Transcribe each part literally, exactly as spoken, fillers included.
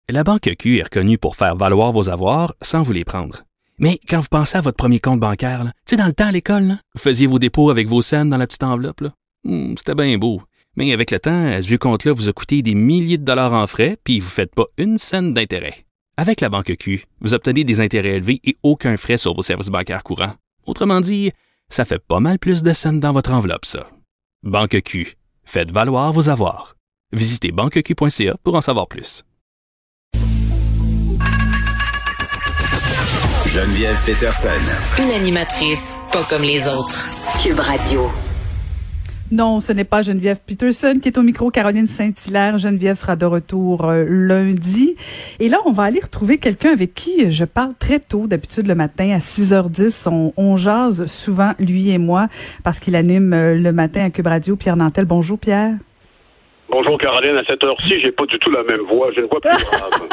La Banque Q est reconnue pour faire valoir vos avoirs sans vous les prendre. Mais quand vous pensez à votre premier compte bancaire, tu sais, dans le temps à l'école, là, vous faisiez vos dépôts avec vos scènes dans la petite enveloppe. Là. Hum, c'était bien beau. Mais avec le temps, ce vieux compte-là vous a coûté des milliers de dollars en frais, puis vous ne faites pas une scène d'intérêt. Avec la Banque Q, vous obtenez des intérêts élevés et aucun frais sur vos services bancaires courants. Autrement dit, ça fait pas mal plus de scènes dans votre enveloppe, ça. Banque Q. Faites valoir vos avoirs. Visitez banque q point c a pour en savoir plus. Geneviève Peterson. Une animatrice pas comme les autres. Cube Radio. Non, ce n'est pas Geneviève Peterson qui est au micro. Caroline Saint-Hilaire. Geneviève sera de retour euh, lundi. Et là, on va aller retrouver quelqu'un avec qui je parle très tôt, d'habitude le matin à six heures dix. On, on jase souvent, lui et moi, parce qu'il anime euh, le matin à Cube Radio. Pierre Nantel. Bonjour, Pierre. Bonjour, Caroline. À cette heure-ci, j'ai pas du tout la même voix. J'ai une voix plus grave.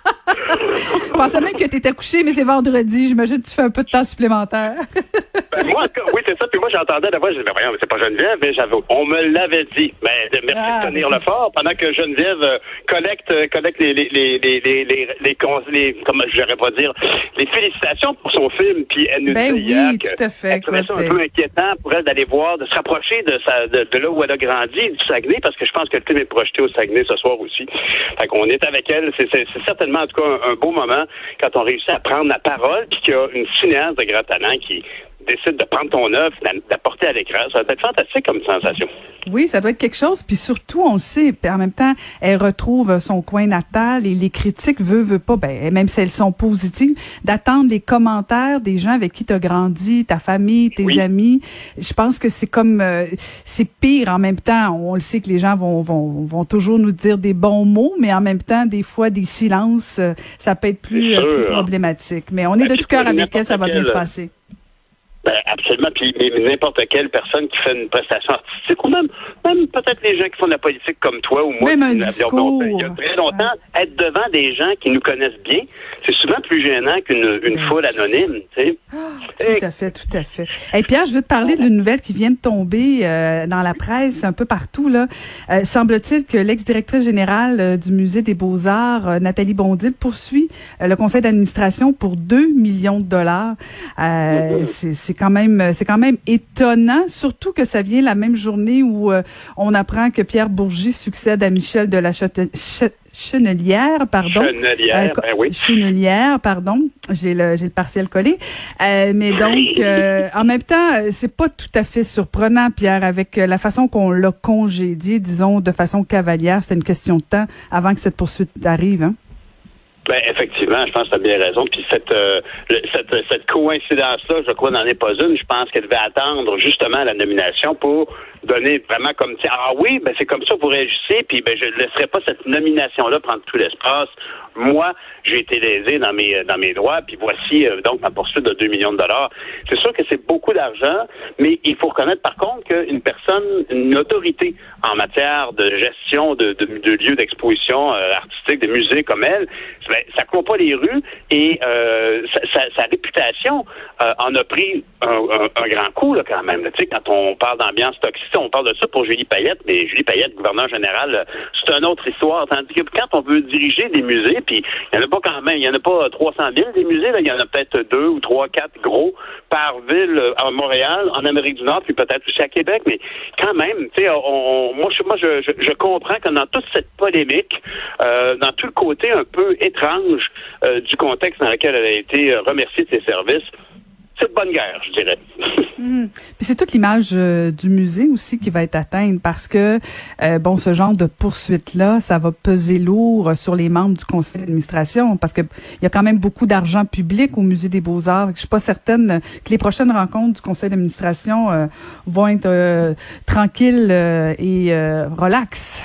Je pensais même que tu étais couché, mais c'est vendredi. J'imagine que tu fais un peu de temps supplémentaire. ben, moi, oui, c'est ça. Puis moi, j'entendais la voix. Je disais, ben, voyons, c'est pas Geneviève, mais j'avais, on me l'avait dit. Ben, merci ah, de tenir le fort pendant que Geneviève euh, collecte, euh, collecte les, les, les, les, les, les, les, les, comment je n'aurais pas dire, les félicitations pour son film. Puis elle nous ben dit oui, hier tout à fait, elle trouvait ça un peu inquiétant pour elle d'aller voir, de se rapprocher de, sa, de, de là où elle a grandi, du Saguenay, parce que je pense que le film est projeté au Saguenay ce soir aussi. Fait qu'on est avec elle. C'est, c'est, c'est certainement, en tout cas, un, un beau moment quand on réussit à prendre la parole, puis qu'il y a une cinéaste de grand talent qui décide de prendre ton œuvre, d'apporter à l'écran. Ça va être fantastique comme sensation. Oui, ça doit être quelque chose. Puis surtout, on le sait, en même temps, elle retrouve son coin natal et les critiques veut, veut pas, ben, même si elles sont positives, d'attendre les commentaires des gens avec qui tu as grandi, ta famille, tes oui. amis. Je pense que c'est comme, euh, c'est pire en même temps. On le sait que les gens vont, vont, vont toujours nous dire des bons mots, mais en même temps, des fois, des silences, ça peut être plus, euh, plus problématique. Mais on est ben, de tout cœur avec elle, ça va bien se passer. Ben, absolument. Puis n'importe quelle personne qui fait une prestation artistique, ou même, même peut-être les gens qui font de la politique comme toi ou moi, même un qui discours. Il y a très longtemps, ouais. Être devant des gens qui nous connaissent bien, c'est souvent plus gênant qu'une une ben, foule anonyme. Tu sais. Oh, tout Et... à fait, tout à fait. Hey, Pierre, je veux te parler d'une nouvelle qui vient de tomber euh, dans la presse un peu partout. Là, euh, semble-t-il que l'ex-directrice générale euh, du Musée des Beaux-Arts, euh, Nathalie Bondil, poursuit euh, le conseil d'administration pour deux millions de dollars. Euh, mm-hmm. c'est, c'est quand même c'est quand même étonnant, surtout que ça vient la même journée où euh, on apprend que Pierre Bourgi succède à Michel de la Chate- Ch- Chenelière, pardon. Chenelière, euh, ben oui. Chenelière, pardon. J'ai le j'ai le partiel collé. Euh, mais donc euh, en même temps, c'est pas tout à fait surprenant, Pierre, avec la façon qu'on l'a congédié, disons de façon cavalière. C'était une question de temps avant que cette poursuite arrive, hein. Ben effectivement, je pense que tu as bien raison. Puis cette, euh, le, cette cette coïncidence-là, je crois, n'en est pas une. Je pense qu'elle devait attendre justement la nomination pour donner vraiment comme ah oui, ben c'est comme ça que vous réagissez. Puis ben je ne laisserai pas cette nomination-là prendre tout l'espace. Moi, j'ai été lésé dans mes dans mes droits. Puis voici euh, donc ma poursuite de deux millions de dollars. C'est sûr que c'est beaucoup d'argent, mais il faut reconnaître par contre qu'une personne, une autorité en matière de gestion de de, de lieux d'exposition euh, artistique, de musées comme elle. Ben, ça court pas les rues et euh, sa, sa, sa réputation euh, en a pris un, un, un grand coup là, quand même. Là. Tu sais, quand on parle d'ambiance toxique, on parle de ça pour Julie Payette, mais Julie Payette, gouverneur général, c'est une autre histoire. Tandis que quand on veut diriger des musées, puis il y en a pas quand même, il y en a pas trois cent mille des musées, là, il y en a peut-être deux ou trois, quatre gros par ville à Montréal, en Amérique du Nord, puis peut-être aussi à Québec, mais quand même, tu sais, on, on, moi, je, moi je, je, je comprends que dans toute cette polémique, euh, dans tout le côté un peu étrange euh, du contexte dans lequel elle a été remerciée de ses services, c'est de bonne guerre, je dirais. Mmh. Puis c'est toute l'image euh, du musée aussi qui va être atteinte parce que, euh, bon, ce genre de poursuite-là, ça va peser lourd sur les membres du conseil d'administration parce que il y a quand même beaucoup d'argent public au Musée des Beaux-Arts. Je suis pas certaine que les prochaines rencontres du conseil d'administration euh, vont être euh, tranquilles euh, et euh, relax.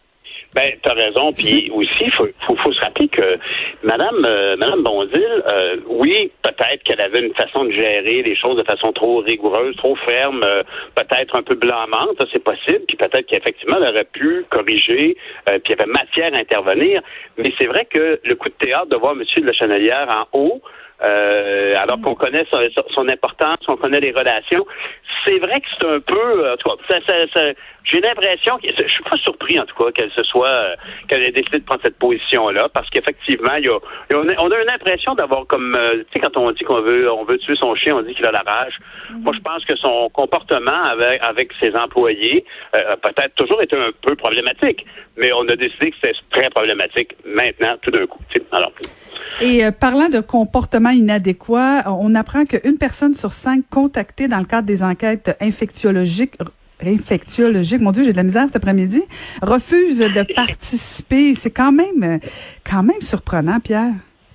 Ben, t'as raison. Puis aussi, il faut, faut, faut se rappeler que Madame, euh, Madame Bondil, euh, oui, peut-être qu'elle avait une façon de gérer les choses de façon trop rigoureuse, trop ferme, euh, peut-être un peu blâmante, ça c'est possible. Puis peut-être qu'effectivement, elle aurait pu corriger, euh, puis il y avait matière à intervenir. Mais c'est vrai que le coup de théâtre de voir M. de la Chenelière en haut, euh, alors qu'on connaît son, son importance, on connaît les relations. C'est vrai que c'est un peu, en tout cas, ça, ça, ça, j'ai l'impression, que, je suis pas surpris en tout cas qu'elle se soit, euh, qu'elle ait décidé de prendre cette position-là, parce qu'effectivement, il y a, on a, on a une impression d'avoir comme, euh, tu sais, quand on dit qu'on veut, on veut tuer son chien, on dit qu'il a la rage. Mm-hmm. Moi, je pense que son comportement avec, avec ses employés, euh, peut-être toujours été un peu problématique, mais on a décidé que c'était très problématique maintenant, tout d'un coup. Tu sais, alors. Et euh, parlant de comportement inadéquat, on apprend qu'une personne sur cinq contactée dans le cadre des enquêtes infectiologiques, infectiologiques, mon Dieu, j'ai de la misère cet après-midi, refuse de participer. C'est quand même, quand même surprenant, Pierre.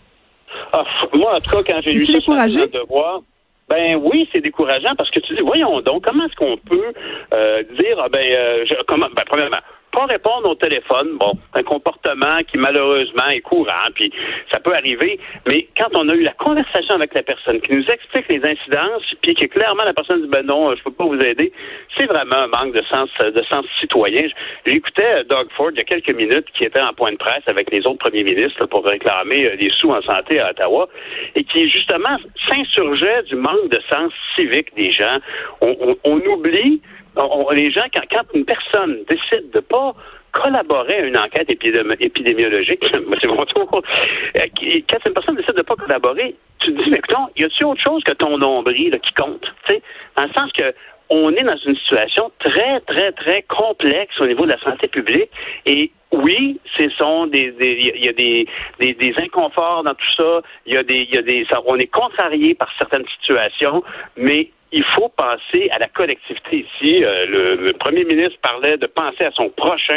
Ah, moi, en tout cas, quand j'ai lu ça sur le devoir, ben oui, c'est décourageant parce que tu dis, voyons donc, comment est-ce qu'on peut euh, dire, ah, ben, euh, je, comment, ben, premièrement, pas répondre au téléphone, bon, un comportement qui malheureusement est courant, puis ça peut arriver, mais quand on a eu la conversation avec la personne qui nous explique les incidences, puis que clairement la personne dit ben non, je peux pas vous aider, c'est vraiment un manque de sens de sens citoyen. J'écoutais Doug Ford il y a quelques minutes qui était en point de presse avec les autres premiers ministres là, pour réclamer des sous en santé à Ottawa, et qui justement s'insurgeait du manque de sens civique des gens. On, on, on oublie On, les gens, quand, quand une personne décide de pas collaborer à une enquête épidémi- épidémiologique, c'est mon tour, quand une personne décide de pas collaborer, tu te dis, mais écoute, y a-t-il autre chose que ton nombril là, qui compte? Tu sais, dans le sens que on est dans une situation très, très, très complexe au niveau de la santé publique et oui, ce sont des, des, il y a des, des, des inconforts dans tout ça. Il y a des, il y a des, ça, on est contrarié par certaines situations, mais il faut penser à la collectivité ici. Euh, le, le premier ministre parlait de penser à son prochain.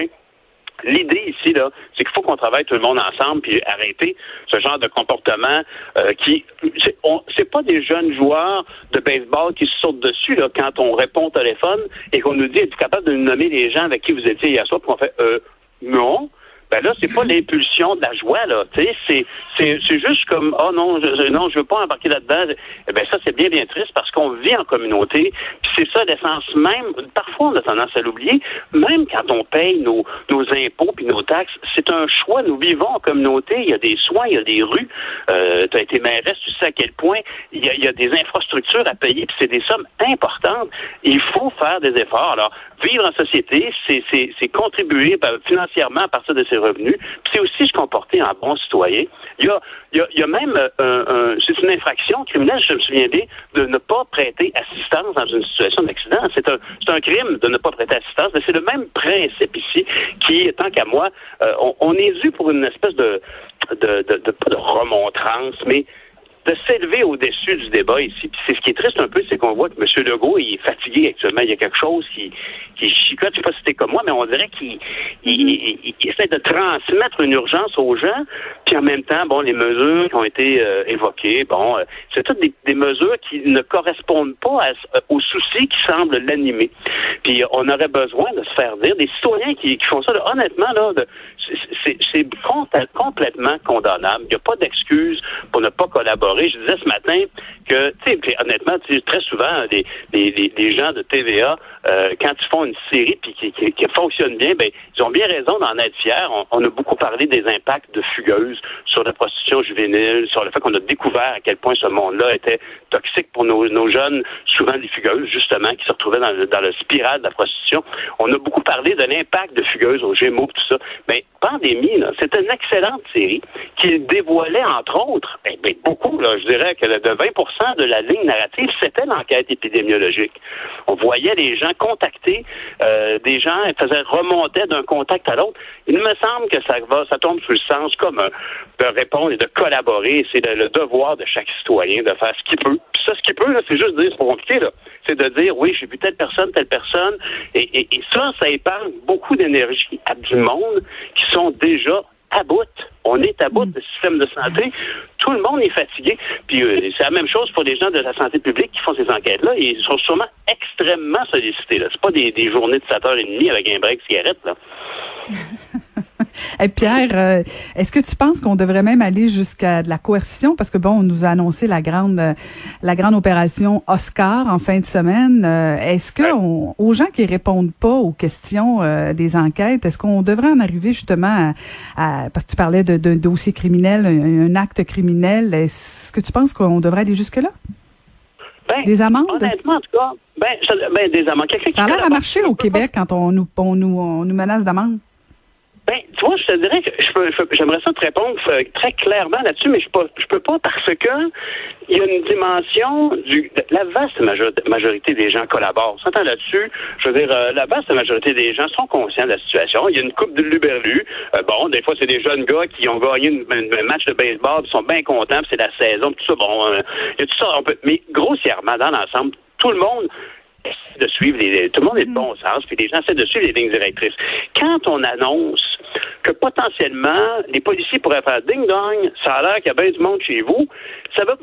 L'idée ici, là, c'est qu'il faut qu'on travaille tout le monde ensemble puis arrêter ce genre de comportement euh, qui... C'est, on, c'est pas des jeunes joueurs de baseball qui se sautent dessus là, quand on répond au téléphone et qu'on nous dit « Êtes-vous capable de nous nommer les gens avec qui vous étiez hier soir? » Puis on fait euh, « Non. » Ben là, c'est pas l'impulsion de la joie, là. Tu sais, c'est, c'est, c'est juste comme, oh non, je, non, je veux pas embarquer là-dedans. Eh ben ça, c'est bien, bien triste parce qu'on vit en communauté. Puis c'est ça l'essence même. Parfois, on a tendance à l'oublier. Même quand on paye nos, nos impôts puis nos taxes, c'est un choix. Nous vivons en communauté. Il y a des soins, il y a des rues. Euh, tu as été mairesse, tu sais à quel point il y a, il y a des infrastructures à payer. Puis c'est des sommes importantes. Il faut faire des efforts. Alors, vivre en société, c'est, c'est, c'est contribuer ben, financièrement à partir de ses revenus, puis c'est aussi se comporter en bon citoyen. Il y a, il y a, il y a même, euh, un, c'est une infraction criminelle, je me souviens bien, de ne pas prêter assistance dans une situation d'accident. C'est un, c'est un crime de ne pas prêter assistance, mais c'est le même principe ici qui, tant qu'à moi, euh, on, on est dû pour une espèce de, de, de, de, pas de remontrance, mais de s'élever au-dessus du débat ici. Puis c'est ce qui est triste un peu, c'est qu'on voit que M. Legault il est fatigué actuellement. Il y a quelque chose qui, qui chicote. Je sais pas si c'était comme moi, mais on dirait qu'il il, il, il, il essaie de transmettre une urgence aux gens. Puis en même temps, bon, les mesures qui ont été euh, évoquées, bon, euh, c'est toutes des, des mesures qui ne correspondent pas à, aux soucis qui semblent l'animer. Puis on aurait besoin de se faire dire, des citoyens qui, qui font ça, là, honnêtement, là, de, c'est, c'est, c'est complètement condamnable. Il n'y a pas d'excuse pour ne pas collaborer. Je disais ce matin que, tu sais, honnêtement, très souvent, les, les, les, les gens de T V A, euh, quand ils font une série puis qui, qui, qui fonctionne bien, ben ils ont bien raison d'en être fiers. On, on a beaucoup parlé des impacts de Fugueuse sur la prostitution juvénile, sur le fait qu'on a découvert à quel point ce monde-là était toxique pour nos, nos jeunes, souvent des Fugueuses, justement, qui se retrouvaient dans le, dans le spirale de la prostitution. On a beaucoup parlé de l'impact de Fugueuse aux Gémeaux, tout ça. Mais Pandémie, là, c'était une excellente série qui dévoilait, entre autres, ben, ben, beaucoup, là, je dirais que de vingt pour cent de la ligne narrative, c'était l'enquête épidémiologique. On voyait les gens contacter, euh, des gens faisaient remonter d'un contact à l'autre. Il me semble que ça va, ça tombe sous le sens commun de répondre et de collaborer. C'est le, le devoir de chaque citoyen de faire ce qu'il peut. Puis ça, ce qu'il peut, là, c'est juste dire, c'est pas compliqué, là. C'est de dire, oui, j'ai vu telle personne, telle personne. Et, et, et ça, ça épargne beaucoup d'énergie à du monde qui sont déjà à bout. On est à bout de système de santé. Tout le monde est fatigué. Puis euh, c'est la même chose pour les gens de la santé publique qui font ces enquêtes-là. Ils sont sûrement extrêmement sollicités. Là. C'est pas des, des journées de sept heures trente avec un break cigarette, là. Hey Pierre, euh, est-ce que tu penses qu'on devrait même aller jusqu'à de la coercition? Parce que bon, on nous a annoncé la grande euh, la grande opération Oscar en fin de semaine. Euh, est-ce que on, aux gens qui répondent pas aux questions euh, des enquêtes, est-ce qu'on devrait en arriver justement à, à parce que tu parlais de, de dossier criminel, un, un acte criminel, est-ce que tu penses qu'on devrait aller jusque-là? Ben, des amendes? Honnêtement, en tout cas, ben, ça, ben des amendes. Quelqu'un ça a l'air à marcher au Québec quand on nous, on nous, on nous menace d'amende. Ben, tu vois, je te dirais que je peux, je peux, j'aimerais ça te répondre euh, très clairement là-dessus, mais je peux, je peux pas parce que il y a une dimension du, la vaste majorité des gens collaborent. On s'entend là-dessus. Je veux dire, euh, la vaste majorité des gens sont conscients de la situation. Il y a une coupe de luberlus. Euh, bon, des fois, c'est des jeunes gars qui ont gagné une, une, un match de baseball, ils sont bien contents, puis c'est la saison, tout ça. Bon, euh, il y a tout ça. On peut, mais grossièrement, dans l'ensemble, tout le monde essaie de suivre les, tout le monde est de bon sens, puis les gens essaient de suivre les lignes directrices. Quand on annonce que potentiellement les policiers pourraient faire ding-dong, ça a l'air qu'il y a bien du monde chez vous, ça va,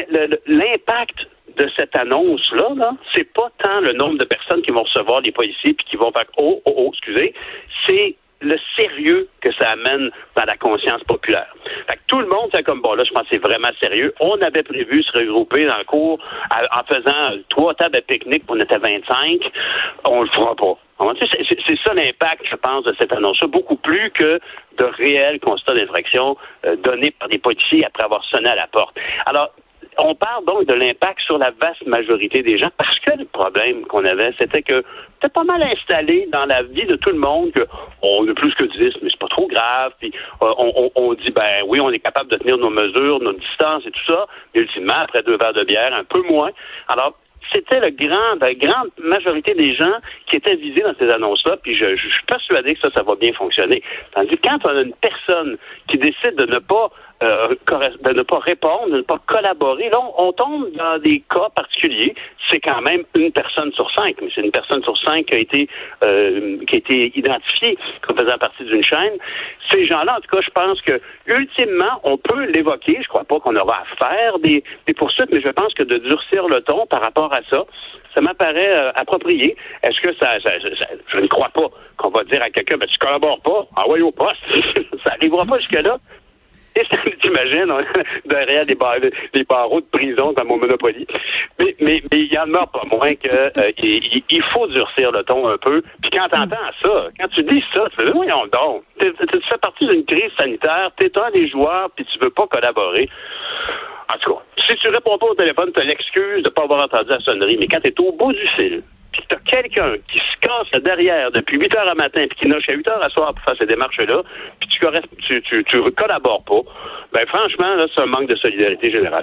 l'impact de cette annonce-là, là, c'est pas tant le nombre de personnes qui vont recevoir les policiers puis qui vont faire oh, oh, oh, excusez, c'est le sérieux que ça amène dans la conscience populaire. Fait que tout le monde fait comme, bon, là, je pense que c'est vraiment sérieux. On avait prévu se regrouper dans le cours à, en faisant trois tables de pique-nique, on était vingt-cinq. On le fera pas. C'est, c'est, c'est ça l'impact, je pense, de cette annonce-là, beaucoup plus que de réels constats d'infraction euh, donnés par des policiers après avoir sonné à la porte. Alors, on parle donc de l'impact sur la vaste majorité des gens parce que le problème qu'on avait, c'était que c'était pas mal installé dans la vie de tout le monde que on a plus que dix, mais c'est pas trop grave. Puis euh, on, on, on dit ben oui, on est capable de tenir nos mesures, nos distances et tout ça. Mais ultimement, après deux verres de bière, un peu moins. Alors c'était le grand, la grande majorité des gens qui étaient visés dans ces annonces-là, puis je, je suis persuadé que ça, ça va bien fonctionner. Tandis que quand on a une personne qui décide de ne pas euh, de ne pas répondre, de ne pas collaborer, là, on, on tombe dans des cas particuliers. C'est quand même une personne sur cinq, mais c'est une personne sur cinq qui a été euh, qui a été identifiée comme faisant partie d'une chaîne. Ces gens-là, en tout cas, je pense que ultimement, on peut l'évoquer. Je crois pas qu'on aura à faire des, des poursuites, mais je pense que de durcir le ton par rapport à ça, ça m'apparaît euh, approprié. Est-ce que ça, ça, ça, ça, je ne crois pas qu'on va dire à quelqu'un, ben tu collabores pas, envoie au poste. Ça n'arrivera pas jusque-là. Et t'imagines, derrière des, bar- des barreaux de prison dans mon Monopoly. Mais mais mais il y en a pas moins que euh, il, il faut durcir le ton un peu. Puis quand t'entends ça, quand tu dis ça, tu fais voyons donc, tu fais partie d'une crise sanitaire, t'es un des joueurs, puis tu veux pas collaborer. En tout cas, si tu réponds pas au téléphone, tu as l'excuse de pas avoir entendu la sonnerie, mais quand t'es au bout du fil, puis que t'as quelqu'un qui se casse derrière depuis huit heures à matin, puis qui n'a jusqu'à huit heures à soir pour faire ces démarches-là, puis tu, tu, tu, tu collabores pas, ben franchement, là, c'est un manque de solidarité générale.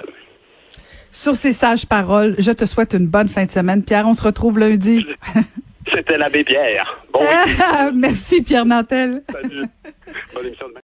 Sur ces sages paroles, je te souhaite une bonne fin de semaine. Pierre, on se retrouve lundi. C'était l'abbé Pierre. Bon Merci, Pierre Nantel. Salut. Bonne émission de